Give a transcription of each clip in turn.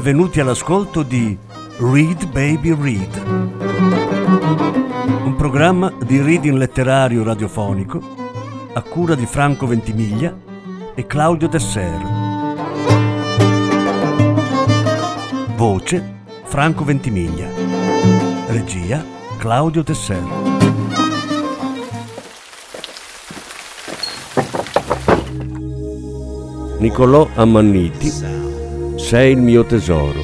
benvenuti all'ascolto di Read Baby Read, un programma di reading letterario radiofonico a cura di Franco Ventimiglia e Claudio Desser. Voce Franco Ventimiglia. Regia Claudio Desser. Niccolò Ammanniti, Sei il mio tesoro.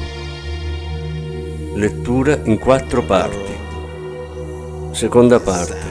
Lettura in 4 parti. Seconda parte.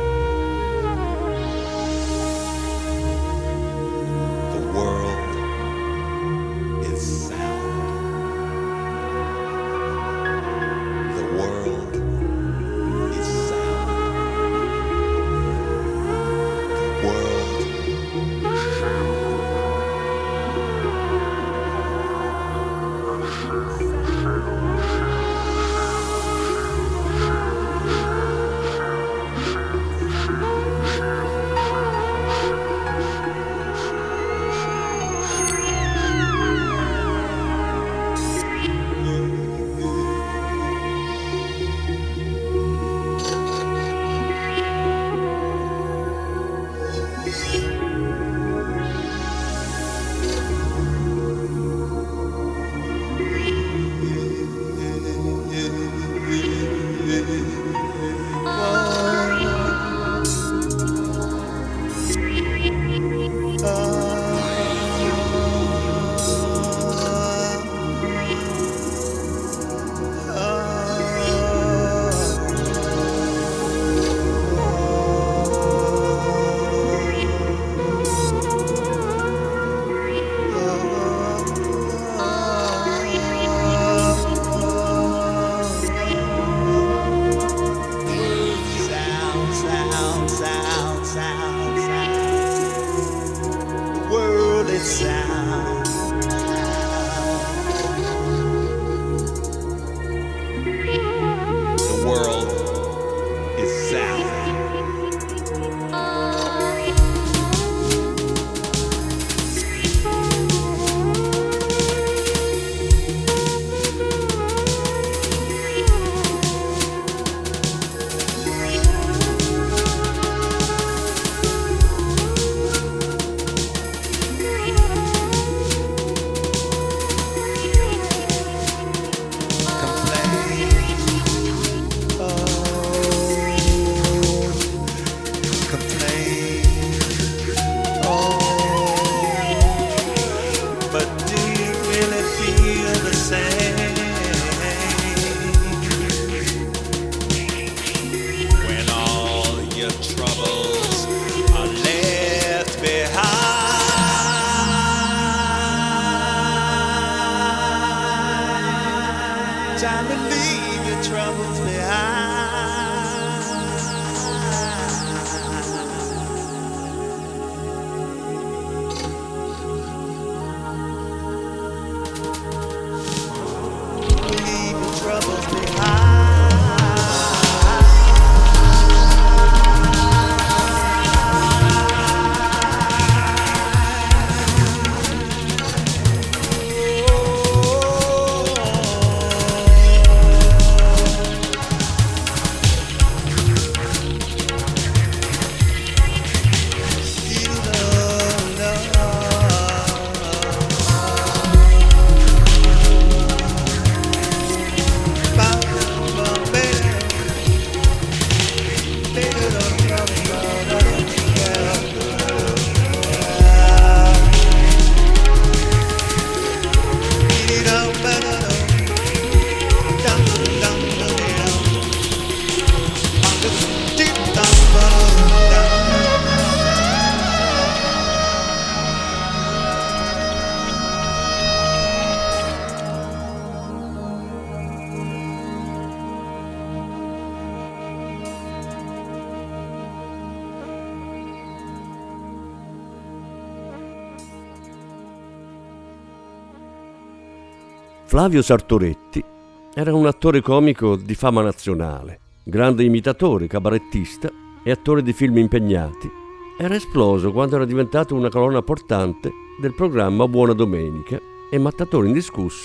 Flavio Sartoretti era un attore comico di fama nazionale, grande imitatore, cabarettista e attore di film impegnati. Era esploso quando era diventato una colonna portante del programma Buona Domenica e mattatore indiscusso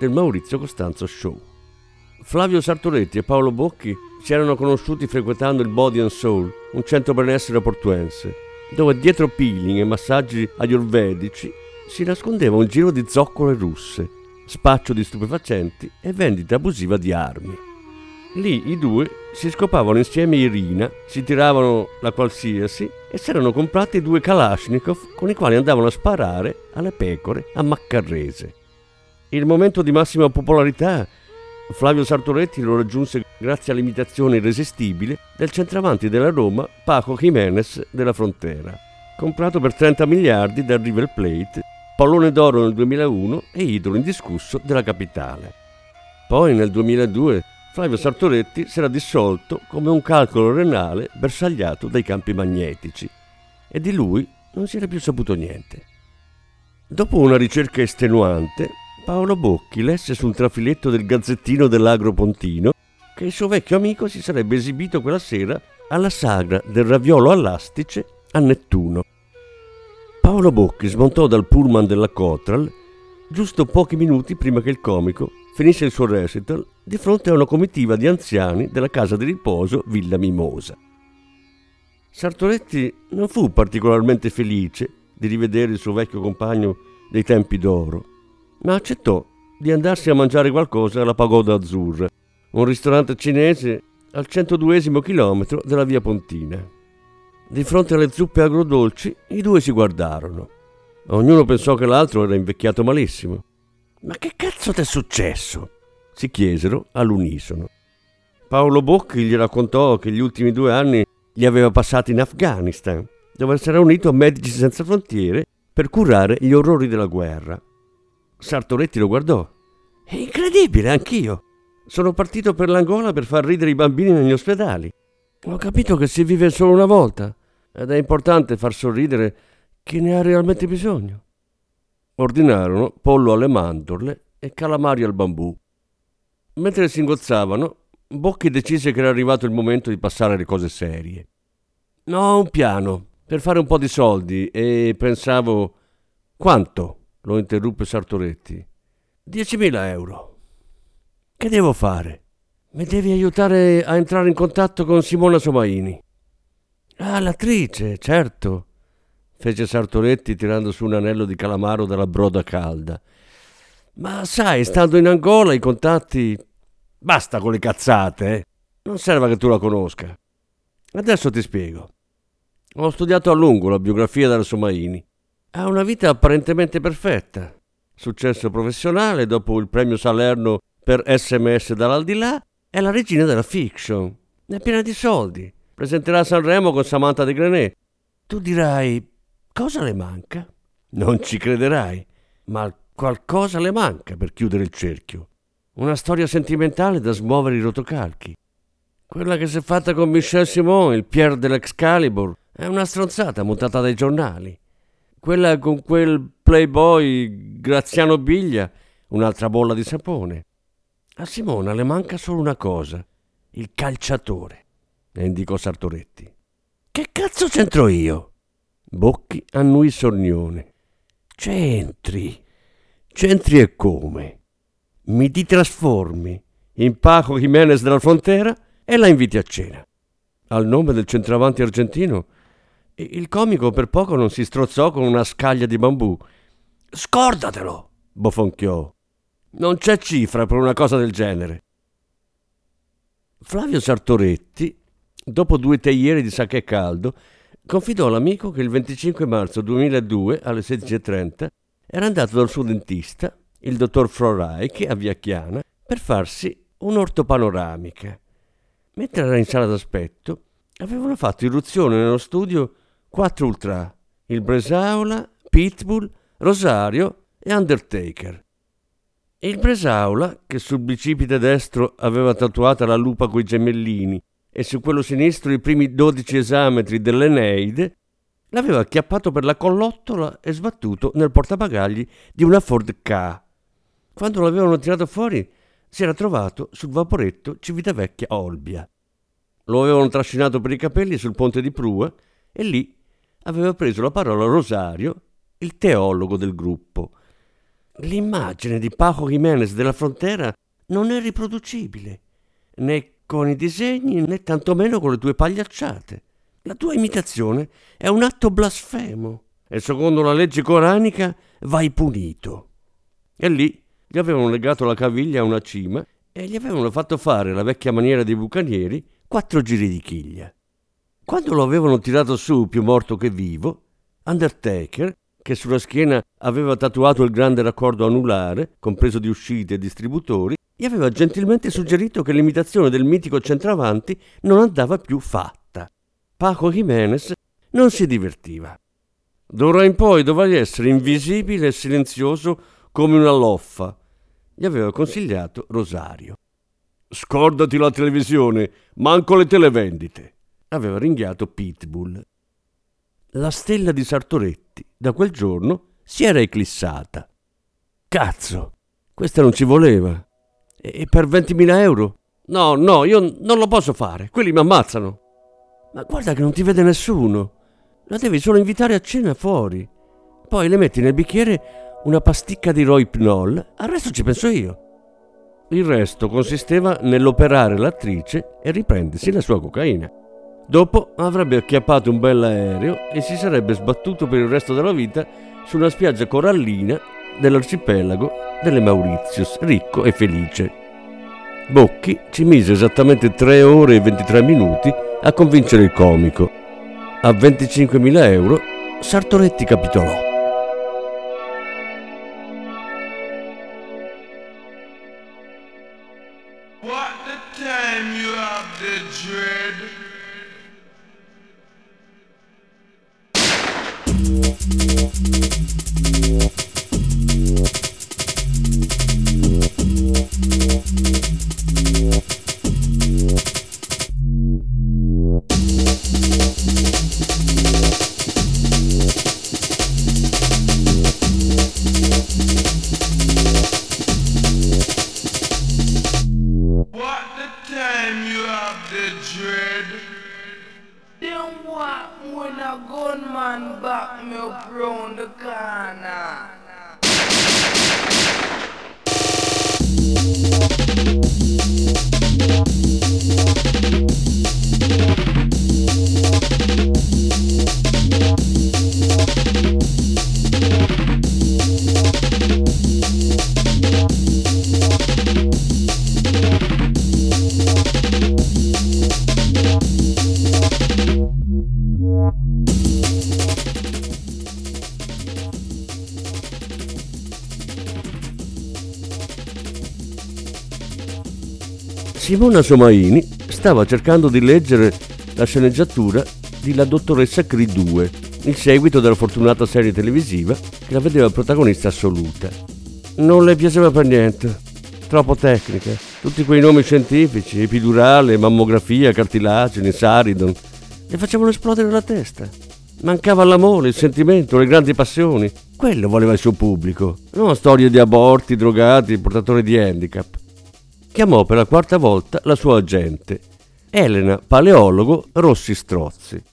del Maurizio Costanzo Show. Flavio Sartoretti e Paolo Bocchi si erano conosciuti frequentando il Body and Soul, un centro benessere portuense, dove dietro peeling e massaggi ayurvedici si nascondeva un giro di zoccole russe, spaccio di stupefacenti e vendita abusiva di armi. Lì i due si scopavano insieme Irina, si tiravano la qualsiasi e si erano comprati 2 Kalashnikov con i quali andavano a sparare alle pecore a Maccarrese. Il momento di massima popolarità Flavio Sartoretti lo raggiunse grazie all'imitazione irresistibile del centravanti della Roma Paco Jiménez della Frontera, comprato per 30 miliardi dal River Plate, pallone d'oro nel 2001 e idolo indiscusso della capitale. Poi nel 2002 Flavio Sartoretti si era dissolto come un calcolo renale bersagliato dai campi magnetici e di lui non si era più saputo niente. Dopo una ricerca estenuante, Paolo Bocchi lesse su un trafiletto del Gazzettino dell'Agro Pontino che il suo vecchio amico si sarebbe esibito quella sera alla sagra del raviolo all'astice a Nettuno. Paolo Bocchi smontò dal pullman della Cotral giusto pochi minuti prima che il comico finisse il suo recital di fronte a una comitiva di anziani della casa di riposo Villa Mimosa. Sartoretti non fu particolarmente felice di rivedere il suo vecchio compagno dei tempi d'oro, ma accettò di andarsi a mangiare qualcosa alla Pagoda Azzurra, un ristorante cinese al 102esimo chilometro della via Pontina. Di fronte alle zuppe agrodolci i due si guardarono. Ognuno pensò che l'altro era invecchiato malissimo. «Ma che cazzo t'è successo?» si chiesero all'unisono. Paolo Bocchi gli raccontò che gli ultimi 2 anni li aveva passati in Afghanistan, dove si era unito a Medici Senza Frontiere per curare gli orrori della guerra. Sartoretti lo guardò. «È incredibile, anch'io. Sono partito per l'Angola per far ridere i bambini negli ospedali. Ho capito che si vive solo una volta ed è importante far sorridere chi ne ha realmente bisogno». Ordinarono pollo alle mandorle e calamari al bambù. Mentre si ingozzavano, Bocchi decise che era arrivato il momento di passare alle cose serie. «Ho un piano per fare un po' di soldi e pensavo...» «Quanto?» lo interruppe Sartoretti. 10.000 euro. «Che devo fare?» «Mi devi aiutare a entrare in contatto con Simona Somaini». «Ah, l'attrice, certo», fece Sartoretti tirando su un anello di calamaro dalla broda calda. «Ma sai, stando in Angola i contatti...» «Basta con le cazzate, eh? Non serve che tu la conosca. Adesso ti spiego. Ho studiato a lungo la biografia della Somaini. Ha una vita apparentemente perfetta. Successo professionale dopo il premio Salerno per SMS dall'aldilà, è la regina della fiction. È piena di soldi. Presenterà a Sanremo con Samantha De Grenet. Tu dirai... cosa le manca? Non ci crederai, ma qualcosa le manca per chiudere il cerchio. Una storia sentimentale da smuovere i rotocalchi. Quella che si è fatta con Michel Simon, il Pierre dell'Excalibur, è una stronzata montata dai giornali. Quella con quel playboy Graziano Biglia, un'altra bolla di sapone. A Simona le manca solo una cosa, il calciatore, indicò Sartoretti. Che cazzo c'entro io? Bocchi annui sornione. C'entri e come? Mi ti trasformi in Paco Jiménez della Frontera e la inviti a cena. Al nome del centravanti argentino, il comico per poco non si strozzò con una scaglia di bambù. «Scordatelo!» bofonchiò. «Non c'è cifra per una cosa del genere». Flavio Sartoretti, dopo 2 teiere di sake caldo, confidò all'amico che il 25 marzo 2002 alle 16:30 era andato dal suo dentista, il dottor Floraich, a Via Chiana, per farsi un'ortopanoramica. Mentre era in sala d'aspetto, avevano fatto irruzione nello studio 4 ultra, il Bresaola, Pitbull, Rosario e Undertaker. Il Bresaola, che sul bicipite destro aveva tatuata la lupa coi gemellini e su quello sinistro i primi 12 esametri dell'Eneide, l'aveva acchiappato per la collottola e sbattuto nel portabagagli di una Ford Ka. Quando l'avevano tirato fuori, si era trovato sul vaporetto Civitavecchia Olbia. Lo avevano trascinato per i capelli sul ponte di prua e lì aveva preso la parola Rosario, il teologo del gruppo. L'immagine di Paco Jiménez della Frontera non è riproducibile, né con i disegni né tantomeno con le tue pagliacciate. La tua imitazione è un atto blasfemo e secondo la legge coranica vai punito. E lì gli avevano legato la caviglia a una cima e gli avevano fatto fare, la vecchia maniera dei bucanieri, 4 giri di chiglia. Quando lo avevano tirato su più morto che vivo, Undertaker, che sulla schiena aveva tatuato il grande raccordo anulare, compreso di uscite e distributori, gli aveva gentilmente suggerito che l'imitazione del mitico centravanti non andava più fatta. Paco Jiménez non si divertiva. D'ora in poi dovrai essere invisibile e silenzioso come una loffa, gli aveva consigliato Rosario. Scordati la televisione, manco le televendite, aveva ringhiato Pitbull. La stella di Sartoretti da quel giorno si era eclissata. Cazzo, questa non ci voleva. E per 20.000 euro? No, io non lo posso fare, quelli mi ammazzano. Ma guarda che non ti vede nessuno. La devi solo invitare a cena fuori. Poi le metti nel bicchiere una pasticca di Rohypnol, al resto ci penso io. Il resto consisteva nell'operare l'attrice e riprendersi la sua cocaina. Dopo avrebbe acchiappato un bel aereo e si sarebbe sbattuto per il resto della vita su una spiaggia corallina dell'arcipelago delle Mauritius, ricco e felice. Bocchi ci mise esattamente 3 ore e 23 minuti a convincere il comico. A 25.000 euro Sartoretti capitolò. What the time you have the dread? What the time you have the dread? Then what when a gunman back me up round the corner? Simona Somaini stava cercando di leggere la sceneggiatura di La dottoressa Cree 2, il seguito della fortunata serie televisiva che la vedeva protagonista assoluta. Non le piaceva per niente, troppo tecnica, tutti quei nomi scientifici, epidurale, mammografia, cartilagine, Saridon, le facevano esplodere la testa. Mancava l'amore, il sentimento, le grandi passioni. Quello voleva il suo pubblico, non storie di aborti, drogati, portatori di handicap. Chiamò per la 4ª volta la sua agente, Elena Paleologo Rossi Strozzi.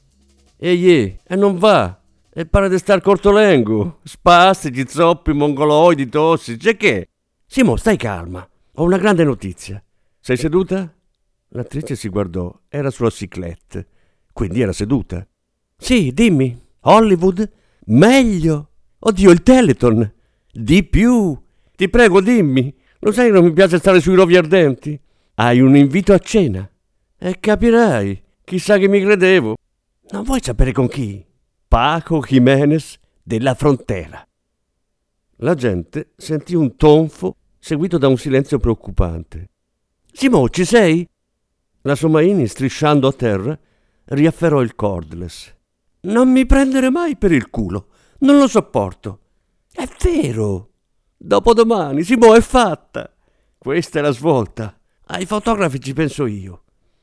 E non va, e pare di star cortolengo, spastici, zoppi, mongoloidi, tossici, e che? Simo, stai calma, ho una grande notizia. Sei seduta? L'attrice si guardò, era sulla cyclette, quindi era seduta. Sì, dimmi, Hollywood? Meglio! Oddio, il Teleton! Di più! Ti prego, dimmi! Lo sai che non mi piace stare sui rovi ardenti? Hai un invito a cena. E capirai, chissà che mi credevo. Non vuoi sapere con chi? Paco Jiménez della Frontera. La gente sentì un tonfo seguito da un silenzio preoccupante. Simo, ci sei? La Somaini, strisciando a terra, riafferrò il cordless. Non mi prendere mai per il culo, non lo sopporto. È vero. Dopodomani, Simo, è fatta. Questa è la svolta. Ai fotografi ci penso io.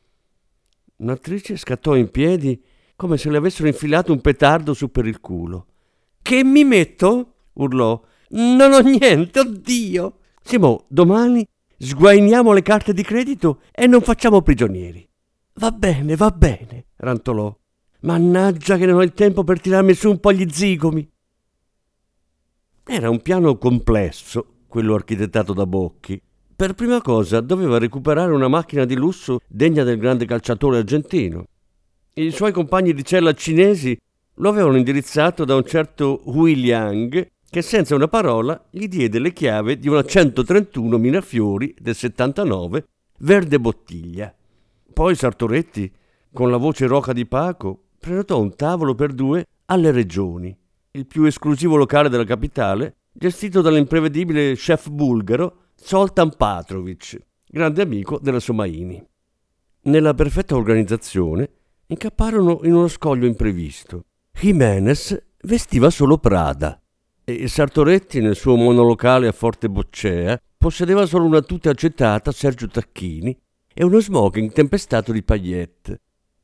Un'attrice scattò in piedi come se le avessero infilato un petardo su per il culo. Che mi metto? Urlò. Non ho niente, oddio. Simo, domani sguainiamo le carte di credito e non facciamo prigionieri. Va bene, rantolò. Mannaggia che non ho il tempo per tirarmi su un po' gli zigomi. Era un piano complesso, quello architettato da Bocchi. Per prima cosa doveva recuperare una macchina di lusso degna del grande calciatore argentino. I suoi compagni di cella cinesi lo avevano indirizzato da un certo Hui Liang, che senza una parola gli diede le chiavi di una 131 Mirafiori del 79 verde bottiglia. Poi Sartoretti, con la voce roca di Paco, prenotò un tavolo per due alle Regioni, il più esclusivo locale della capitale, gestito dall'imprevedibile chef bulgaro Zoltan Patrovic, grande amico della Somaini. Nella perfetta organizzazione incapparono in uno scoglio imprevisto. Jimenez vestiva solo Prada e Sartoretti, nel suo monolocale a Forte Boccea, possedeva solo una tuta acetata Sergio Tacchini e uno smoking tempestato di paillette.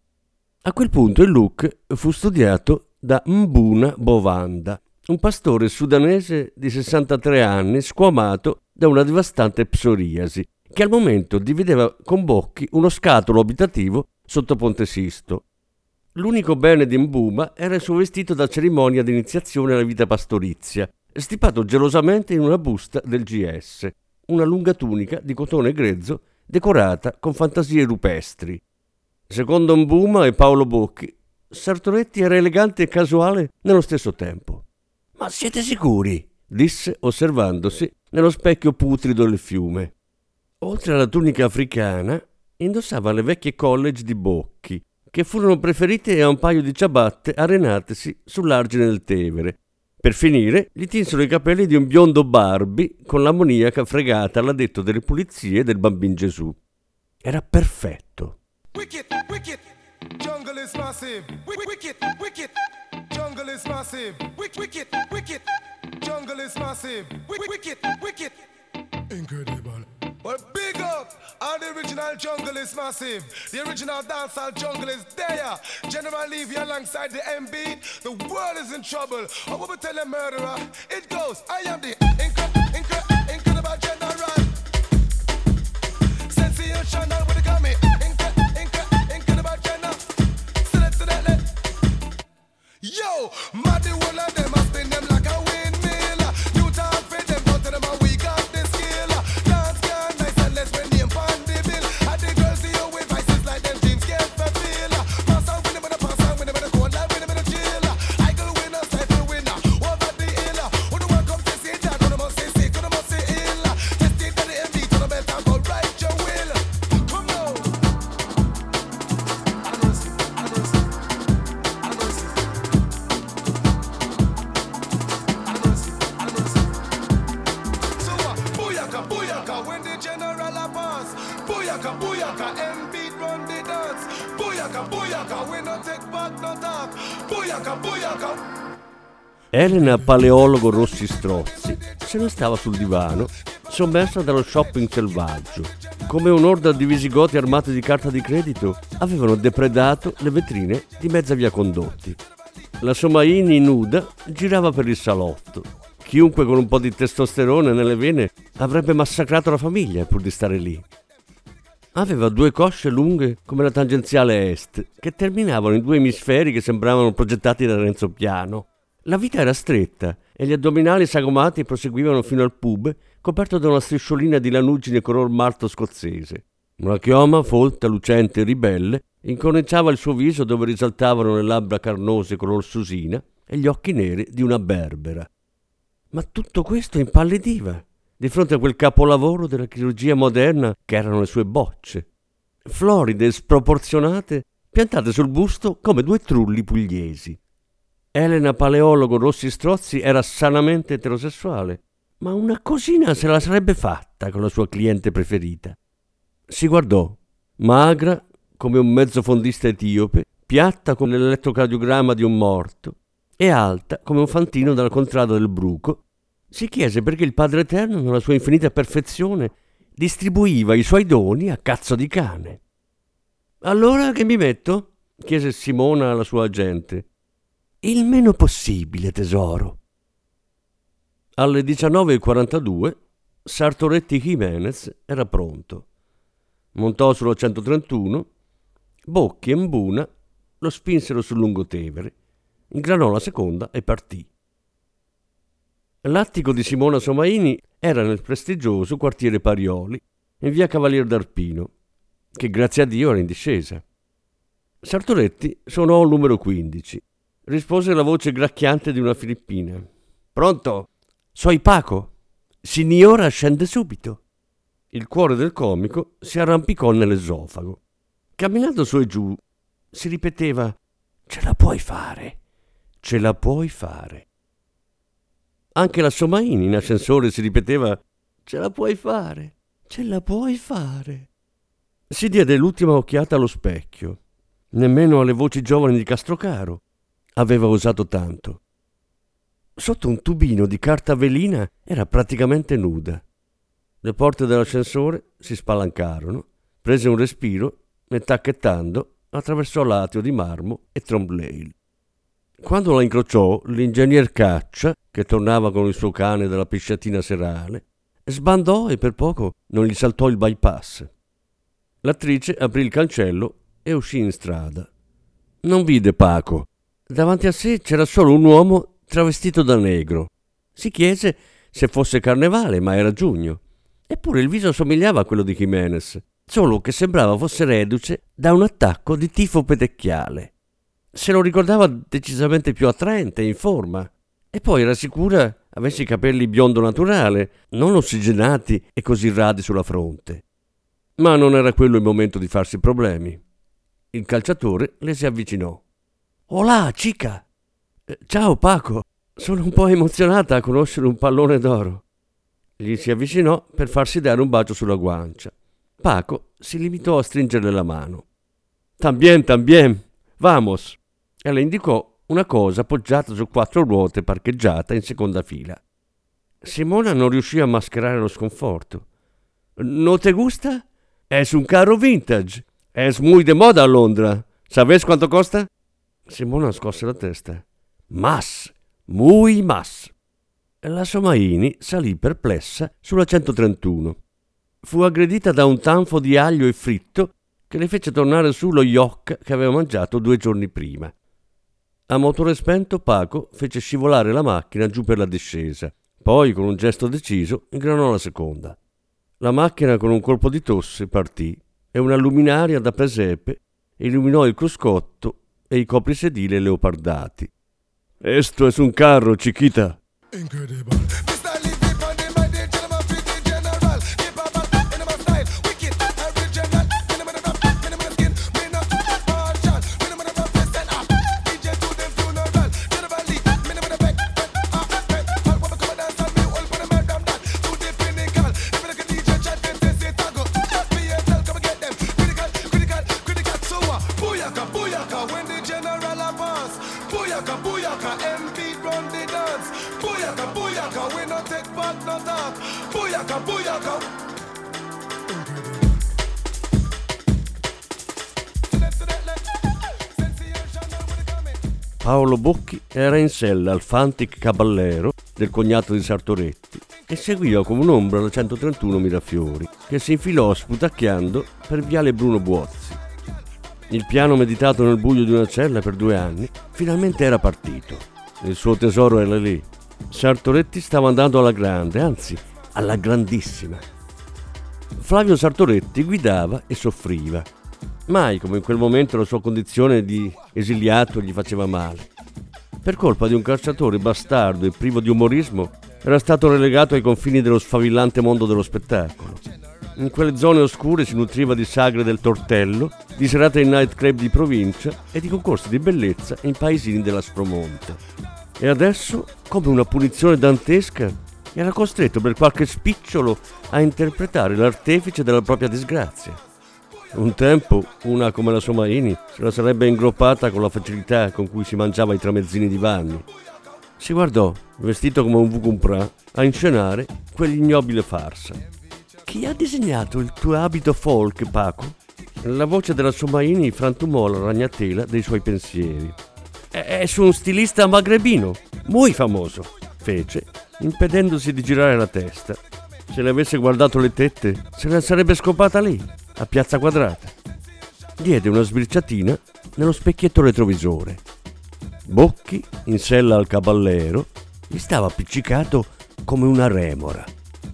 A quel punto il look fu studiato da Mbuna Bovanda, un pastore sudanese di 63 anni squamato da una devastante psoriasi, che al momento divideva con Bocchi uno scatolo abitativo sotto Ponte Sisto. L'unico bene di Mbuma era il suo vestito da cerimonia di iniziazione alla vita pastorizia, stipato gelosamente in una busta del GS, una lunga tunica di cotone grezzo decorata con fantasie rupestri. Secondo Mbuma e Paolo Bocchi, Sartoretti era elegante e casuale nello stesso tempo. «Ma siete sicuri?» disse osservandosi nello specchio putrido del fiume. Oltre alla tunica africana, indossava le vecchie college di Bocchi, che furono preferite a un paio di ciabatte arenatesi sull'argine del Tevere. Per finire, gli tinsero i capelli di un biondo Barbie con l'ammoniaca fregata all'addetto delle pulizie del Bambin Gesù. Era perfetto. Wicked, wicked, jungle is massive. Wicked, wicked, jungle is massive. Wicked, wicked, jungle is massive. Wicked, wicked, incredible. Well, big up! All the original jungle is massive. The original dancehall jungle is there. General Levy alongside the MB. The world is in trouble. I will tell a murderer. It goes. I am the incredible general. Sensational with the gummy. Incredible general. Yo, mad the whole of them. I spin them like a windmill. You talk for them, but to them we got the skill. Dance can nice and let's win the pan the bill. And the girls see you with vices like them dreams get fulfilled. Pass on with them in the pass on with them in the cold life with them in the chill. I go winner, cycle winner, over the hill. Who the one come to see that? Who the must say sick, who the must say ill. Just take to the MD to the best and go right your will. Come now. When the general a pass, booyaka, booyaka, M-beat run the dance. Booyaka, booyaka, we no take back no talk. Booyaka, booyaka. Elena Paleologo Rossi Strozzi se ne stava sul divano, sommersa dallo shopping selvaggio. Come un'orda di visigoti armati di carta di credito, avevano depredato le vetrine di mezza via Condotti. La Somaini nuda girava per il salotto. Chiunque con un po' di testosterone nelle vene avrebbe massacrato la famiglia pur di stare lì. Aveva due cosce lunghe come la tangenziale est, che terminavano in due emisferi che sembravano progettati da Renzo Piano. La vita era stretta e gli addominali sagomati proseguivano fino al pube, coperto da una strisciolina di lanugine color malto scozzese. Una chioma folta, lucente e ribelle incorniciava il suo viso, dove risaltavano le labbra carnose color susina e gli occhi neri di una berbera. Ma tutto questo impallidiva di fronte a quel capolavoro della chirurgia moderna che erano le sue bocce, floride e sproporzionate, piantate sul busto come due trulli pugliesi. Elena Paleologo Rossi Strozzi era sanamente eterosessuale, ma una cosina se la sarebbe fatta con la sua cliente preferita. Si guardò, magra come un mezzofondista etiope, piatta come l'elettrocardiogramma di un morto, e alta come un fantino dalla contrada del bruco, si chiese perché il Padre Eterno, nella sua infinita perfezione, distribuiva i suoi doni a cazzo di cane. «Allora che mi metto?» chiese Simona alla sua agente. «Il meno possibile, tesoro». Alle 19:42 Sartoretti Jimenez era pronto. Montò sulla 131, Bocchi e Mbuna lo spinsero sul lungotevere, ingranò la seconda e partì. L'attico di Simona Somaini era nel prestigioso quartiere Parioli, in via Cavalier d'Arpino, che grazie a Dio era in discesa. Sartoretti suonò il numero 15. Rispose la voce gracchiante di una filippina. «Pronto? Soy Paco. Signora scende subito». Il cuore del comico si arrampicò nell'esofago. Camminando su e giù, si ripeteva: «Ce la puoi fare, ce la puoi fare». Anche la Somaini in ascensore si ripeteva: «Ce la puoi fare, ce la puoi fare». Si diede l'ultima occhiata allo specchio. Nemmeno alle voci giovani di Castrocaro aveva osato tanto. Sotto un tubino di carta velina era praticamente nuda. Le porte dell'ascensore si spalancarono, prese un respiro e, tacchettando, attraversò l'atrio di marmo e Trombley. Quando la incrociò, l'ingegner Caccia, che tornava con il suo cane dalla pisciatina serale, sbandò e per poco non gli saltò il bypass. L'attrice aprì il cancello e uscì in strada. Non vide Paco. Davanti a sé c'era solo un uomo travestito da negro. Si chiese se fosse carnevale, ma era giugno. Eppure il viso somigliava a quello di Jimenez, solo che sembrava fosse reduce da un attacco di tifo petecchiale. Se lo ricordava decisamente più attraente e in forma. E poi era sicura avesse i capelli biondo naturale, non ossigenati e così radi sulla fronte. Ma non era quello il momento di farsi problemi. Il calciatore le si avvicinò. «Olà, chica!» «Ciao, Paco! Sono un po' emozionata a conoscere un pallone d'oro». Gli si avvicinò per farsi dare un bacio sulla guancia. Paco si limitò a stringerle la mano. También, vamos!» E le indicò una cosa appoggiata su 4 ruote parcheggiata in seconda fila. Simona non riuscì a mascherare lo sconforto. «No te gusta? Es un carro vintage. Es muy de moda a Londra. ¿Sabes quanto costa?» Simona scosse la testa. «Mas, muy mas». La Somaini salì perplessa sulla 131. Fu aggredita da un tanfo di aglio e fritto che le fece tornare su lo yolk che aveva mangiato 2 giorni prima. A motore spento Paco fece scivolare la macchina giù per la discesa. Poi, con un gesto deciso, ingranò la seconda. La macchina, con un colpo di tosse, partì e una luminaria da presepe illuminò il cruscotto e i coprisedile leopardati. «Esto es un carro, chiquita!» Incredible. Mr. Livy on the man, the gentleman, pretty general. Keep a back in my style, wicked, original. Minimum of rap, minimum of skin, minimum of partial, minimum of fist and up. DJ to them funeral, generally, minimum of back, all what we come dance and me all put them around that. To the pinnacle, if you look at DJ chat, them say say tago. Just be yourself, come and get them. Critical, so booyaka, booyaka, when the general advance. Booyaka, booyaka, MP run the dance. Booyaka, booyaka, we no take back no talk. Booyaka, booyaka. Paolo Bocchi era in sella al Fantic Caballero del cognato di Sartoretti e seguiva come un'ombra la 131 Mirafiori, che si infilò sputacchiando per viale Bruno Buozzi. Il piano meditato nel buio di una cella per 2 anni finalmente era partito. Il suo tesoro era lì. Sartoretti stava andando alla grande, anzi alla grandissima. Flavio Sartoretti guidava e soffriva. Mai come in quel momento la sua condizione di esiliato gli faceva male. Per colpa di un calciatore bastardo e privo di umorismo era stato relegato ai confini dello sfavillante mondo dello spettacolo. In quelle zone oscure si nutriva di sagre del tortello, di serate in nightclub di provincia e di concorsi di bellezza in paesini dell'Aspromonte. E adesso, come una punizione dantesca, era costretto per qualche spicciolo a interpretare l'artefice della propria disgrazia. Un tempo, una come la Somaini se la sarebbe ingroppata con la facilità con cui si mangiava i tramezzini di Vanni. Si guardò, vestito come un Vucumpra, a inscenare quell'ignobile farsa. «Chi ha disegnato il tuo abito folk, Paco?» La voce della Somaini frantumò la ragnatela dei suoi pensieri. «È su un stilista magrebino, muy famoso», fece, impedendosi di girare la testa. Se le avesse guardato le tette, se la sarebbe scopata lì, a Piazza Quadrata. Diede una sbirciatina nello specchietto retrovisore. Bocchi, in sella al Caballero, gli stava appiccicato come una remora.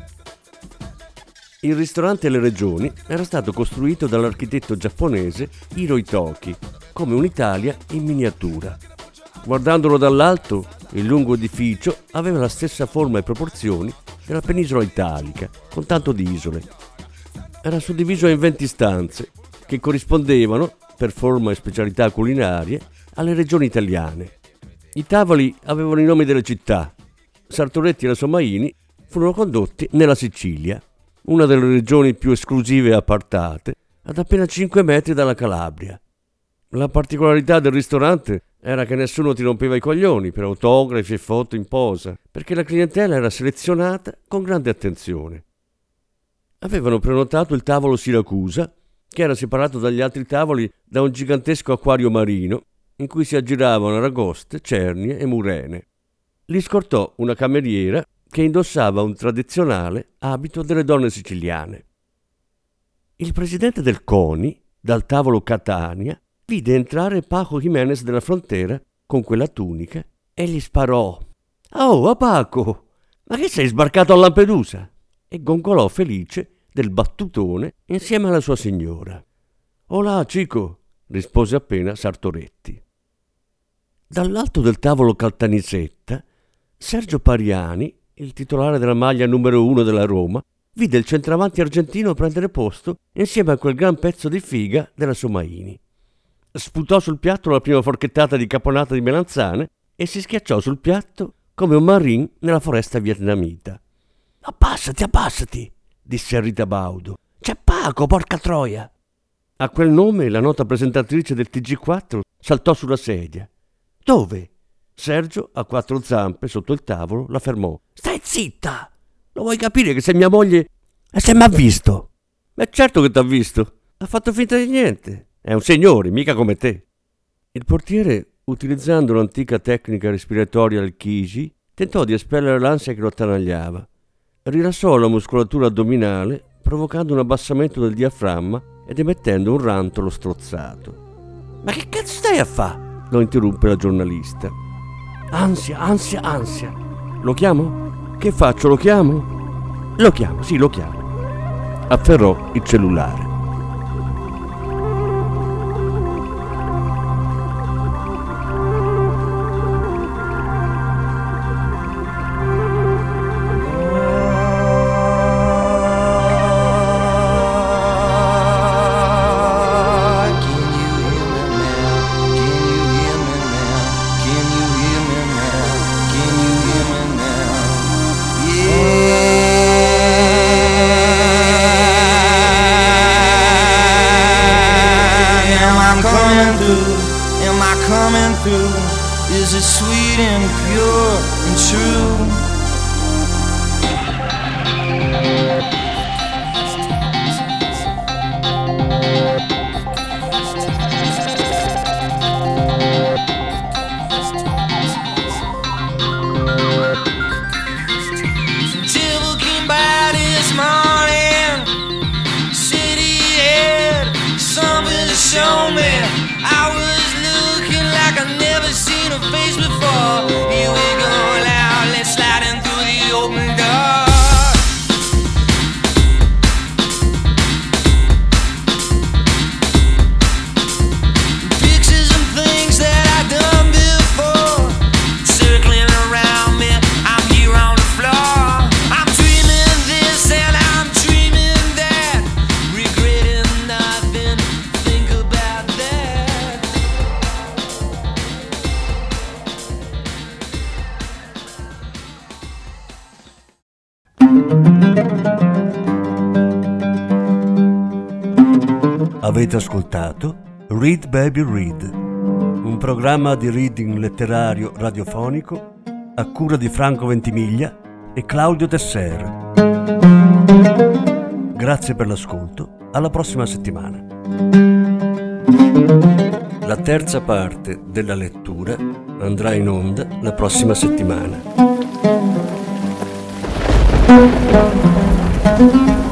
Il ristorante Le Regioni era stato costruito dall'architetto giapponese Hiro Itoki, come un'Italia in miniatura. Guardandolo dall'alto, il lungo edificio aveva la stessa forma e proporzioni della penisola italica, con tanto di isole. Era suddiviso in 20 stanze, che corrispondevano, per forma e specialità culinarie, alle regioni italiane. I tavoli avevano i nomi delle città. Sartoretti e la Somaini furono condotti nella Sicilia, una delle regioni più esclusive e appartate, ad appena 5 metri dalla Calabria. La particolarità del ristorante era che nessuno ti rompeva i coglioni per autografi e foto in posa, perché la clientela era selezionata con grande attenzione. Avevano prenotato il tavolo Siracusa, che era separato dagli altri tavoli da un gigantesco acquario marino in cui si aggiravano aragoste, cernie e murene. Li scortò una cameriera che indossava un tradizionale abito delle donne siciliane. Il presidente del CONI, dal tavolo Catania, vide entrare Paco Jiménez della Frontera con quella tunica e gli sparò. «Oh, Paco, ma che sei sbarcato a Lampedusa?» E gongolò felice del battutone insieme alla sua signora. «Olà, Cico», rispose appena Sartoretti. Dall'alto del tavolo Caltanissetta, Sergio Pariani, il titolare della maglia numero 1 della Roma, vide il centravanti argentino prendere posto insieme a quel gran pezzo di figa della Somaini. Sputò sul piatto la prima forchettata di caponata di melanzane e si schiacciò sul piatto come un marine nella foresta vietnamita. Abbassati, disse a Rita Baudo. «C'è Paco, porca troia!» A quel nome la nota presentatrice del TG4 saltò sulla sedia. «Dove?» Sergio, a 4 zampe sotto il tavolo, la fermò. «Stai zitta! Lo vuoi capire che sei mia moglie? E se m'ha visto?» «Beh, certo che t'ha visto. Ha fatto finta di niente. È un signore, mica come te». Il portiere, utilizzando l'antica tecnica respiratoria al Kiji, tentò di espellere l'ansia che lo attanagliava. Rilassò la muscolatura addominale, provocando un abbassamento del diaframma ed emettendo un rantolo strozzato. «Ma che cazzo stai a fa?» lo interruppe la giornalista. Ansia. Lo chiamo? Che faccio, lo chiamo? Lo chiamo. Afferrò il cellulare. Is it sweet and pure and true? Devil came by this morning, said he had something to show me. I was looking like I never seen a face before. Here we go now, let's slide in through the open door. Pictures and things that I've done before, circling around me, I'm here on the floor. I'm dreaming this and I'm dreaming that, regretting nothing, think about that. Avete ascoltato Read Baby Read, un programma di reading letterario radiofonico a cura di Franco Ventimiglia e Claudio Tesser. Grazie per l'ascolto, alla prossima settimana. La terza parte della lettura andrà in onda la prossima settimana.